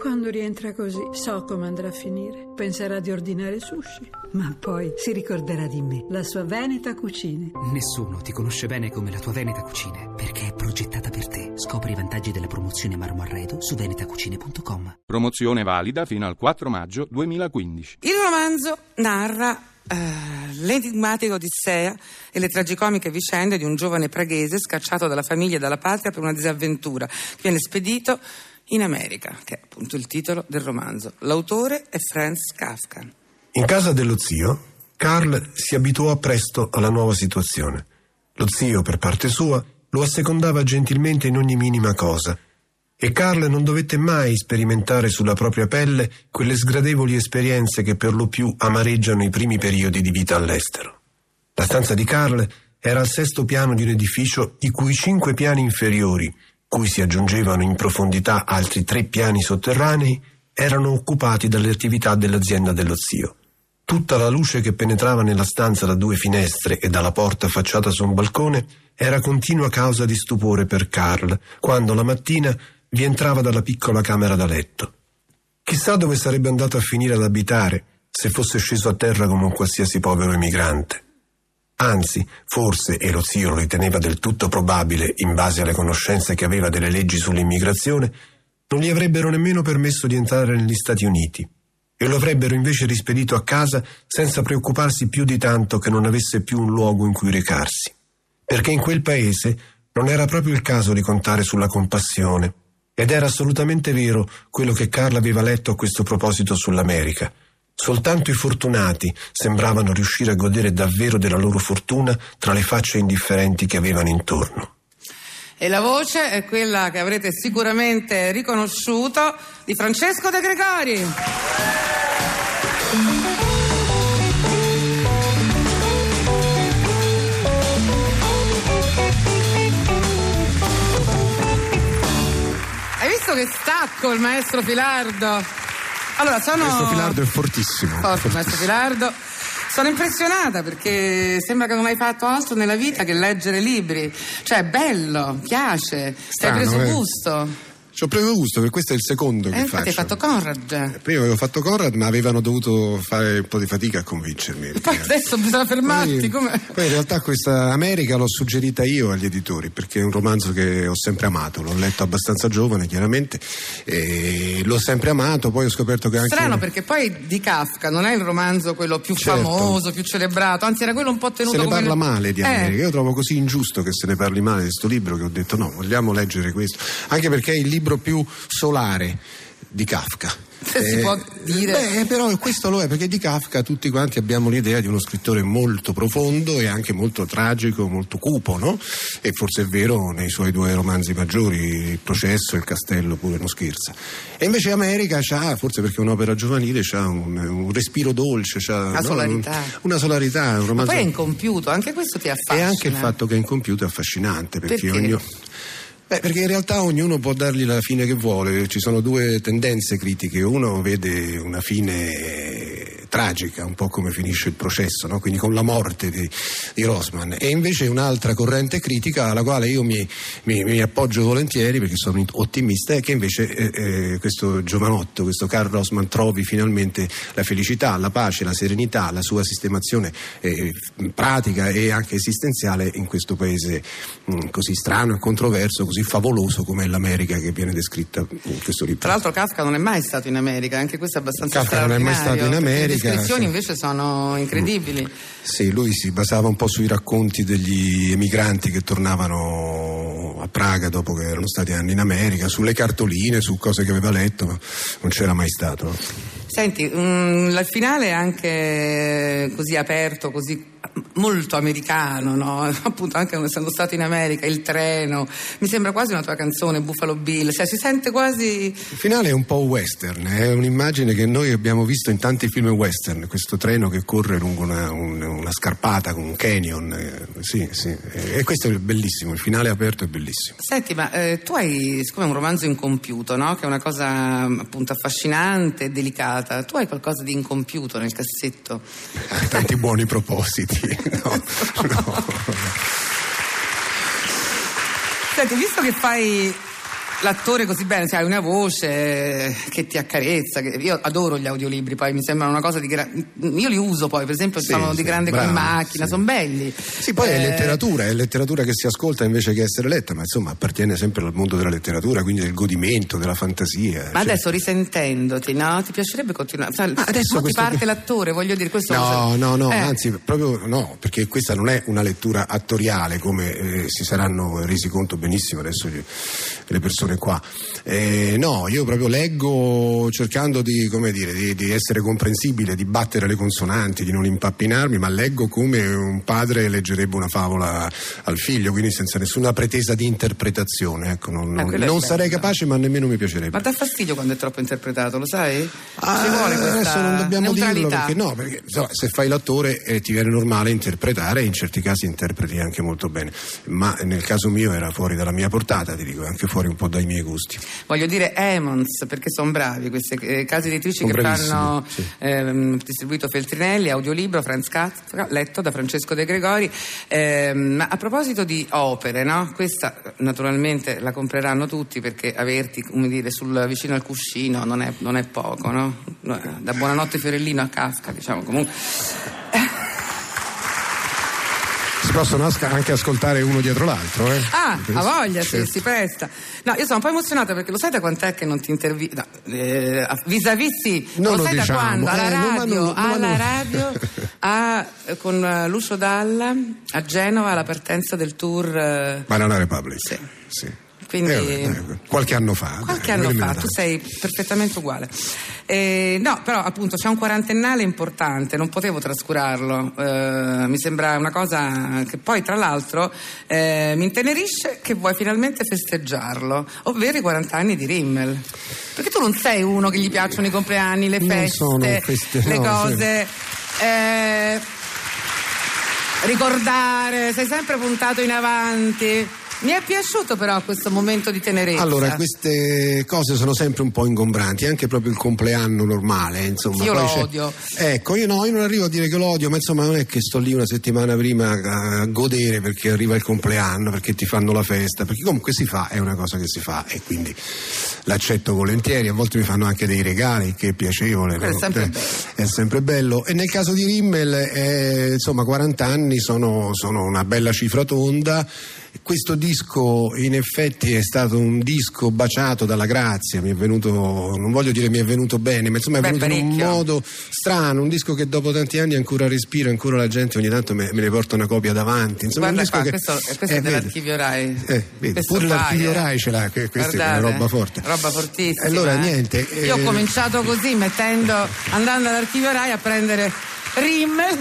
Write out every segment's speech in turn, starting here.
Quando rientra così, so come andrà a finire. Penserà di ordinare sushi, ma poi si ricorderà di me, la sua Veneta Cucine. Nessuno ti conosce bene come la tua Veneta Cucine, perché è progettata per te. Scopri i vantaggi della promozione Marmo Arredo su venetacucine.com. Promozione valida fino al 4 maggio 2015. Il romanzo narra l'enigmatica odissea e le tragicomiche vicende di un giovane praghese scacciato dalla famiglia e dalla patria per una disavventura, che viene spedito in America, che è appunto il titolo del romanzo. L'autore è Franz Kafka. In casa dello zio, Karl si abituò presto alla nuova situazione. Lo zio, per parte sua, lo assecondava gentilmente in ogni minima cosa, e Karl non dovette mai sperimentare sulla propria pelle quelle sgradevoli esperienze che per lo più amareggiano i primi periodi di vita all'estero. La stanza di Karl era al 6° piano di un edificio i cui 5 piani inferiori, cui si aggiungevano in profondità altri 3 piani sotterranei, erano occupati dalle attività dell'azienda dello zio. Tutta la luce che penetrava nella stanza da 2 finestre e dalla porta affacciata su un balcone era continua causa di stupore per Karl, quando la mattina vi entrava dalla piccola camera da letto. Chissà dove sarebbe andato a finire ad abitare se fosse sceso a terra come un qualsiasi povero emigrante. Anzi, forse, e lo zio lo riteneva del tutto probabile in base alle conoscenze che aveva delle leggi sull'immigrazione, non gli avrebbero nemmeno permesso di entrare negli Stati Uniti e lo avrebbero invece rispedito a casa senza preoccuparsi più di tanto che non avesse più un luogo in cui recarsi. Perché in quel paese non era proprio il caso di contare sulla compassione. Ed era assolutamente vero quello che Karl aveva letto a questo proposito sull'America. Soltanto i fortunati sembravano riuscire a godere davvero della loro fortuna tra le facce indifferenti che avevano intorno. E la voce è quella che avrete sicuramente riconosciuto, di Francesco De Gregori. Hai visto che stacco il maestro Filardo? Allora, Il maestro Filardo è fortissimo. Maestro Filardo. Sono impressionata perché sembra che non hai fatto altro nella vita che leggere libri. Cioè, è bello, piace, ti hai preso gusto. Ci ho preso gusto, perché questo è il secondo che faccio. Hai fatto Conrad già. Prima avevo fatto Conrad, ma avevano dovuto fare un po' di fatica a convincermi. Poi adesso bisogna fermarti. Poi in realtà questa America l'ho suggerita io agli editori, perché è un romanzo che ho sempre amato. L'ho letto abbastanza giovane, chiaramente, e l'ho sempre amato. Poi ho scoperto che anche... Strano, perché poi di Kafka non è il romanzo quello più famoso, più celebrato, anzi era quello un po' tenuto come... Se ne parla come... male di America. Io trovo così ingiusto che se ne parli male di questo libro, che ho detto no, vogliamo leggere questo. Anche perché è il libro più solare di Kafka. Si può dire. Però questo lo è, perché di Kafka tutti quanti abbiamo l'idea di uno scrittore molto profondo e anche molto tragico, molto cupo, no? E forse è vero nei suoi 2 romanzi maggiori, Il processo e Il castello, pure non scherza. E invece America c'ha, forse perché è un'opera giovanile, c'ha un respiro dolce, c'ha una solarità. Una solarità, un romanzo. Ma poi è incompiuto, anche questo ti affascina. E anche il fatto che è incompiuto è affascinante, perché perché in realtà ognuno può dargli la fine che vuole. Ci sono 2 tendenze critiche. Uno vede una fine tragica, un po' come finisce Il processo, no? Quindi con la morte di Rosman. E invece un'altra corrente critica alla quale io mi appoggio volentieri, perché sono ottimista, è che invece questo giovanotto, questo Karl Rosman, trovi finalmente la felicità, la pace, la serenità, la sua sistemazione pratica e anche esistenziale in questo paese così strano e controverso, così favoloso come è l'America che viene descritta in questo libro. Tra l'altro Kafka non è mai stato in America, anche questo è abbastanza Kafka straordinario. non è mai stato in America. Le descrizioni invece sono incredibili. Sì, lui si basava un po' sui racconti degli emigranti che tornavano a Praga dopo che erano stati anni in America, sulle cartoline, su cose che aveva letto, ma non c'era mai stato. No? Senti, il finale è anche così aperto, così molto americano, no? Appunto, anche essendo stato in America, il treno, mi sembra quasi una tua canzone, Buffalo Bill, cioè si sente quasi... Il finale è un po' western, è un'immagine che noi abbiamo visto in tanti film western, questo treno che corre lungo una scarpata con un canyon, sì, e questo è bellissimo, il finale aperto è bellissimo. Senti, ma tu hai, siccome è un romanzo incompiuto, no? Che è una cosa appunto affascinante e delicata, tu hai qualcosa di incompiuto nel cassetto? Tanti buoni propositi. No. Senti, visto che fai l'attore così bene, cioè, hai una voce che ti accarezza. Io adoro gli audiolibri, poi mi sembrano una cosa di io li uso poi, per esempio, sono di grande in macchina, sono belli. Sì, poi è letteratura che si ascolta invece che essere letta, ma insomma appartiene sempre al mondo della letteratura, quindi del godimento, della fantasia. Ma adesso risentendoti, no? Ti piacerebbe continuare? Cioè, adesso ti parte l'attore, voglio dire, questo No, anzi, proprio no, perché questa non è una lettura attoriale, come si saranno resi conto benissimo adesso le persone qua. No, io proprio leggo cercando di essere comprensibile, di battere le consonanti, di non impappinarmi, ma leggo come un padre leggerebbe una favola al figlio, quindi senza nessuna pretesa di interpretazione. Ecco, non sarei capace, ma nemmeno mi piacerebbe. Ma dà fastidio quando è troppo interpretato, lo sai? Ci vuole questa adesso non dobbiamo dirlo, neutralità. perché insomma, se fai l'attore ti viene normale interpretare, e in certi casi interpreti anche molto bene, ma nel caso mio era fuori dalla mia portata, ti dico, anche fuori un po' dai miei gusti. Voglio dire Emons, perché sono bravi queste case editrici che fanno distribuito Feltrinelli, audiolibro Franz Kafka, letto da Francesco De Gregori. Ma a proposito di opere, no? Questa naturalmente la compreranno tutti, perché averti, come dire, vicino al cuscino non è poco, no? Da Buonanotte Fiorellino a Kafka, diciamo, comunque. Si possono anche ascoltare uno dietro l'altro, a voglia, certo. Si presta. No, io sono un po' emozionata, perché lo sai da quant'è che non ti intervisto? Vis-à-vis sì, non lo sai diciamo. Alla radio con Lucio Dalla a Genova la partenza del tour Banana Republic. Sì. Quindi qualche anno fa. Tu sei perfettamente uguale. No, però appunto c'è un quarantennale importante, non potevo trascurarlo. Mi sembra una cosa che poi tra l'altro mi intenerisce che vuoi finalmente festeggiarlo, ovvero i 40 anni di Rimmel. Perché tu non sei uno che gli piacciono i compleanni, le feste, le cose. Ricordare, sei sempre puntato in avanti. Mi è piaciuto però questo momento di tenerezza. Allora, queste cose sono sempre un po' ingombranti, anche proprio il compleanno normale, insomma. Io lo odio. Ecco, io non arrivo a dire che lo odio, ma insomma non è che sto lì una settimana prima a godere perché arriva il compleanno, perché ti fanno la festa, perché comunque si fa, è una cosa che si fa e quindi l'accetto volentieri. A volte mi fanno anche dei regali, che è piacevole. È sempre bello. E nel caso di Rimmel, insomma, 40 anni sono una bella cifra tonda. Questo disco in effetti è stato un disco baciato dalla grazia, mi è venuto, non voglio dire mi è venuto bene, ma insomma è venuto in un modo strano, un disco che dopo tanti anni ancora respiro, ancora la gente ogni tanto me ne porta una copia davanti. Insomma, guarda un disco qua, questo è dell'archivio Rai. Pure l'archivio Rai ce l'ha, questa è una roba forte. Roba fortissima. Allora niente. Io ho cominciato così, andando all'archivio Rai a prendere Rimmel.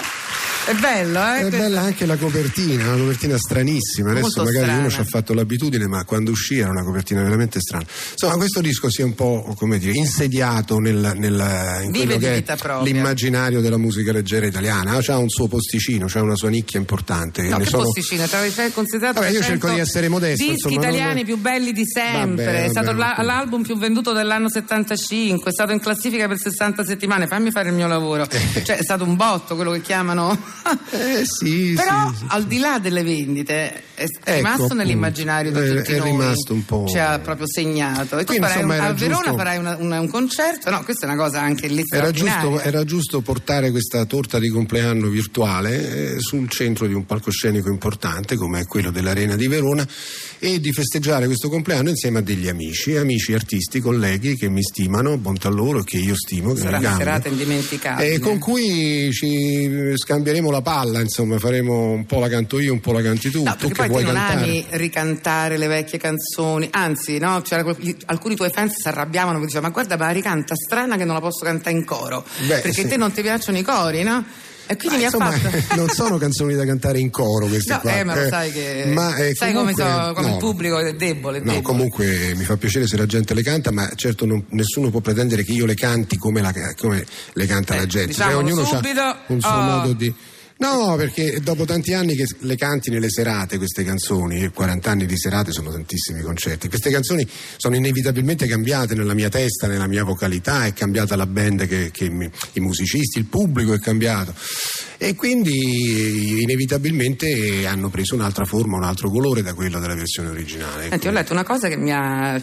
È bello, È bella anche la copertina, una copertina stranissima. Adesso magari strana. Uno ci ha fatto l'abitudine, ma quando uscì era una copertina veramente strana. Insomma, questo disco si è un po', come dire, insediato in quello che è l'immaginario della musica leggera italiana. C'ha un suo posticino, c'ha una sua nicchia importante. No, che posticino? È considerato io cerco di essere modesto. Dischi italiani più belli di sempre. È stato l'album più venduto dell'anno 75, è stato in classifica per 60 settimane. Fammi fare il mio lavoro. Cioè, è stato un botto quello che chiamano. Sì, però sì. Al di là delle vendite è rimasto nell'immaginario di tutti noi, rimasto un po', ci ha proprio segnato. E tu quindi, a Verona farai un concerto? No, questa è una cosa anche lì straordinaria. Era giusto portare questa torta di compleanno virtuale sul centro di un palcoscenico importante come è quello dell'Arena di Verona e di festeggiare questo compleanno insieme a degli amici artisti, colleghi che mi stimano, bontà loro, che io stimo, che sarà una serata indimenticabile e con cui ci scambieremo la palla, insomma, faremo un po' la canto io, un po' la canti tu. No, tu perché che poi vuoi tu non cantare. Ami ricantare le vecchie canzoni, anzi, no? Alcuni tuoi fans si arrabbiavano perché dicevano: ma guarda, ma la ricanta strana che non la posso cantare in coro. Perché sì. Te non ti piacciono i cori, no? E quindi non sono canzoni da cantare in coro queste qua. Ma lo sai che sai comunque, come il pubblico è debole. No, comunque mi fa piacere se la gente le canta, ma certo nessuno può pretendere che io le canti come le canta la gente. Diciamo ognuno ha un suo modo di. No, perché dopo tanti anni che le canti nelle serate queste canzoni, 40 anni di serate sono tantissimi concerti, queste canzoni sono inevitabilmente cambiate nella mia testa, nella mia vocalità, è cambiata la band, i musicisti, il pubblico è cambiato e quindi inevitabilmente hanno preso un'altra forma, un altro colore da quello della versione originale. Senti, ho letto una cosa che mi ha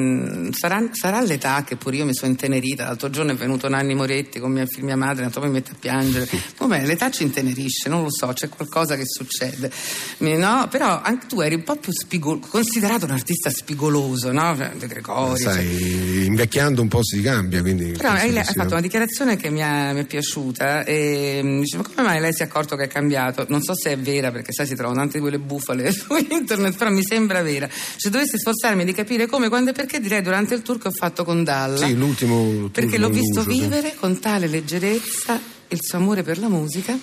sarà l'età che pure io mi sono intenerita. L'altro giorno è venuto Nanni Moretti con mia madre, ha detto mi mette a piangere. Com'è? L'età ci intenerisce, non lo so, c'è qualcosa che succede, no? Però anche tu eri un po' più considerato un artista spigoloso, no? De Gregori, sai, invecchiando un po' si cambia, quindi. Però hai fatto una dichiarazione che mi è piaciuta e dice: ma come mai lei si è accorto che è cambiato? Non so se è vera, perché sai, si trovano tante di quelle bufale su internet, però mi sembra vera. Se dovessi sforzarmi di capire come, quando e perché, direi durante il tour che ho fatto con Dalla. Sì, l'ultimo perché l'ho visto vivere con tale leggerezza il suo amore per la musica.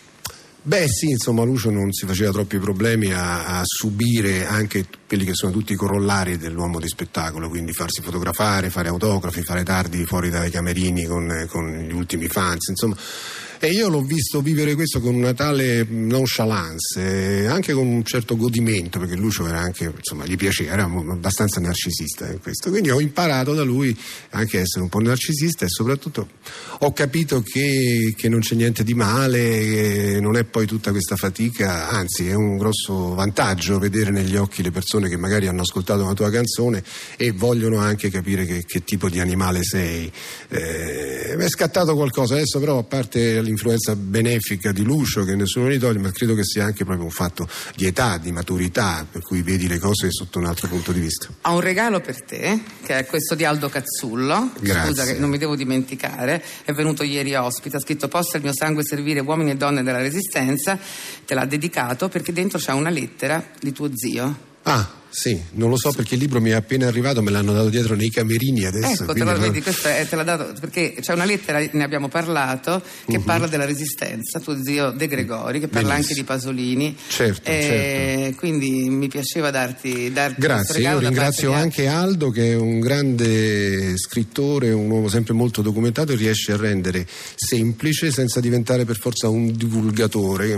Beh sì, insomma, Lucio non si faceva troppi problemi a subire anche quelli che sono tutti i corollari dell'uomo di spettacolo, quindi farsi fotografare, fare autografi, fare tardi fuori dai camerini con gli ultimi fans, insomma. E io l'ho visto vivere questo con una tale nonchalance, anche con un certo godimento, perché Lucio era anche, insomma, gli piaceva, era abbastanza narcisista in questo. Quindi ho imparato da lui anche a essere un po' narcisista e soprattutto ho capito che non c'è niente di male, non è poi tutta questa fatica, anzi è un grosso vantaggio vedere negli occhi le persone che magari hanno ascoltato una tua canzone e vogliono anche capire che tipo di animale sei. Mi è scattato qualcosa adesso, però, a parte l'influenza benefica di Lucio, che nessuno li toglie, ma credo che sia anche proprio un fatto di età, di maturità, per cui vedi le cose sotto un altro punto di vista. Ho un regalo per te, che è questo di Aldo Cazzullo. Grazie. Scusa che non mi devo dimenticare, è venuto ieri ospite, ha scritto: possa il mio sangue servire uomini e donne della Resistenza. Te l'ha dedicato perché dentro c'è una lettera di tuo zio. Ah, sì, non lo so perché il libro mi è appena arrivato, me l'hanno dato dietro nei camerini adesso. Ecco, vedi, questo te l'ha dato perché c'è una lettera, ne abbiamo parlato, che parla della Resistenza, tuo zio De Gregori, che parla anche di Pasolini. Certo. Quindi mi piaceva darti Grazie, io ringrazio anche Aldo, che è un grande scrittore, un uomo sempre molto documentato e riesce a rendere semplice senza diventare per forza un divulgatore,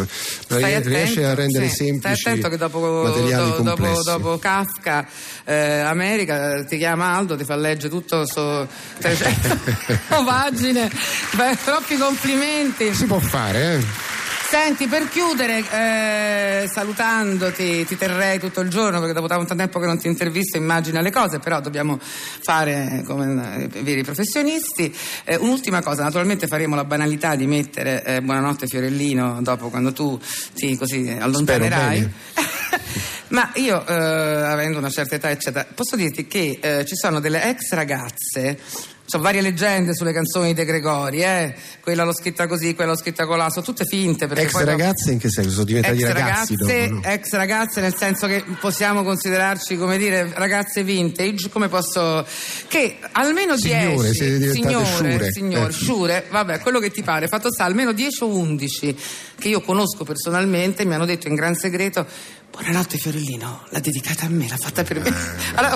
riesce a rendere semplici. Stai attento che materiali complessi. Dopo Kafka, America, ti chiama Aldo, ti fa leggere tutto su 300 pagine. Beh, troppi complimenti. Si può fare, Senti, per chiudere, salutandoti, ti terrei tutto il giorno perché dopo tanto tempo che non ti intervisto immagina le cose, però dobbiamo fare come veri professionisti. Un'ultima cosa, naturalmente faremo la banalità di mettere Buonanotte Fiorellino dopo, quando tu ti così allontanerai. Ma io, avendo una certa età, eccetera, posso dirti che ci sono delle ex ragazze, sono varie leggende sulle canzoni di De Gregori, quella l'ho scritta così, quella l'ho scritta colà, sono tutte finte. Ex ragazze in che senso? Sono diventati ragazzi dopo, no? Ex ragazze nel senso che possiamo considerarci, come dire, ragazze vintage, come posso... che almeno 10... Signore, sciure, vabbè, quello che ti pare, fatto sta, almeno 10 o 11 che io conosco personalmente mi hanno detto in gran segreto: Buonanotte Fiorellino, l'ha dedicata a me, l'ha fatta per me. Allora,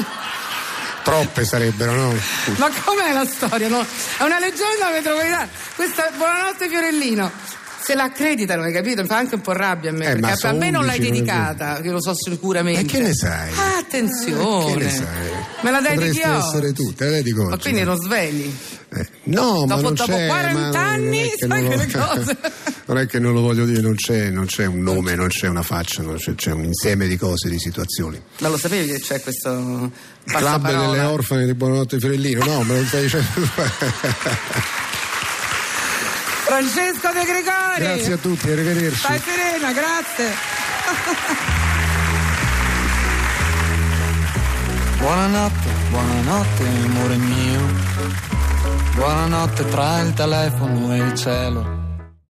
troppe sarebbero, no? Ma com'è la storia? No? È una leggenda metropolitana. Questa Buonanotte Fiorellino. Se la accreditano, hai capito? Mi fa anche un po' rabbia a me, perché a me non l'hai dedicata, che lo so sicuramente. E che ne sai? Attenzione. Che ne sai? Me la dedichi Potresti io. essere tu, te la dedico oggi. Ma quindi non svegli? No, ma non dopo c'è. 40 anni sai che le cose. Non è che non lo voglio dire, non c'è un nome, non c'è una faccia, c'è un insieme di cose, di situazioni. Ma lo sapevi che c'è questo Club delle orfane di Buonanotte Fiorellino? No, me lo stai dicendo. Francesco De Gregori. Grazie a tutti, arrivederci. Stai serena, grazie. Buonanotte amore mio. Buonanotte tra il telefono e il cielo.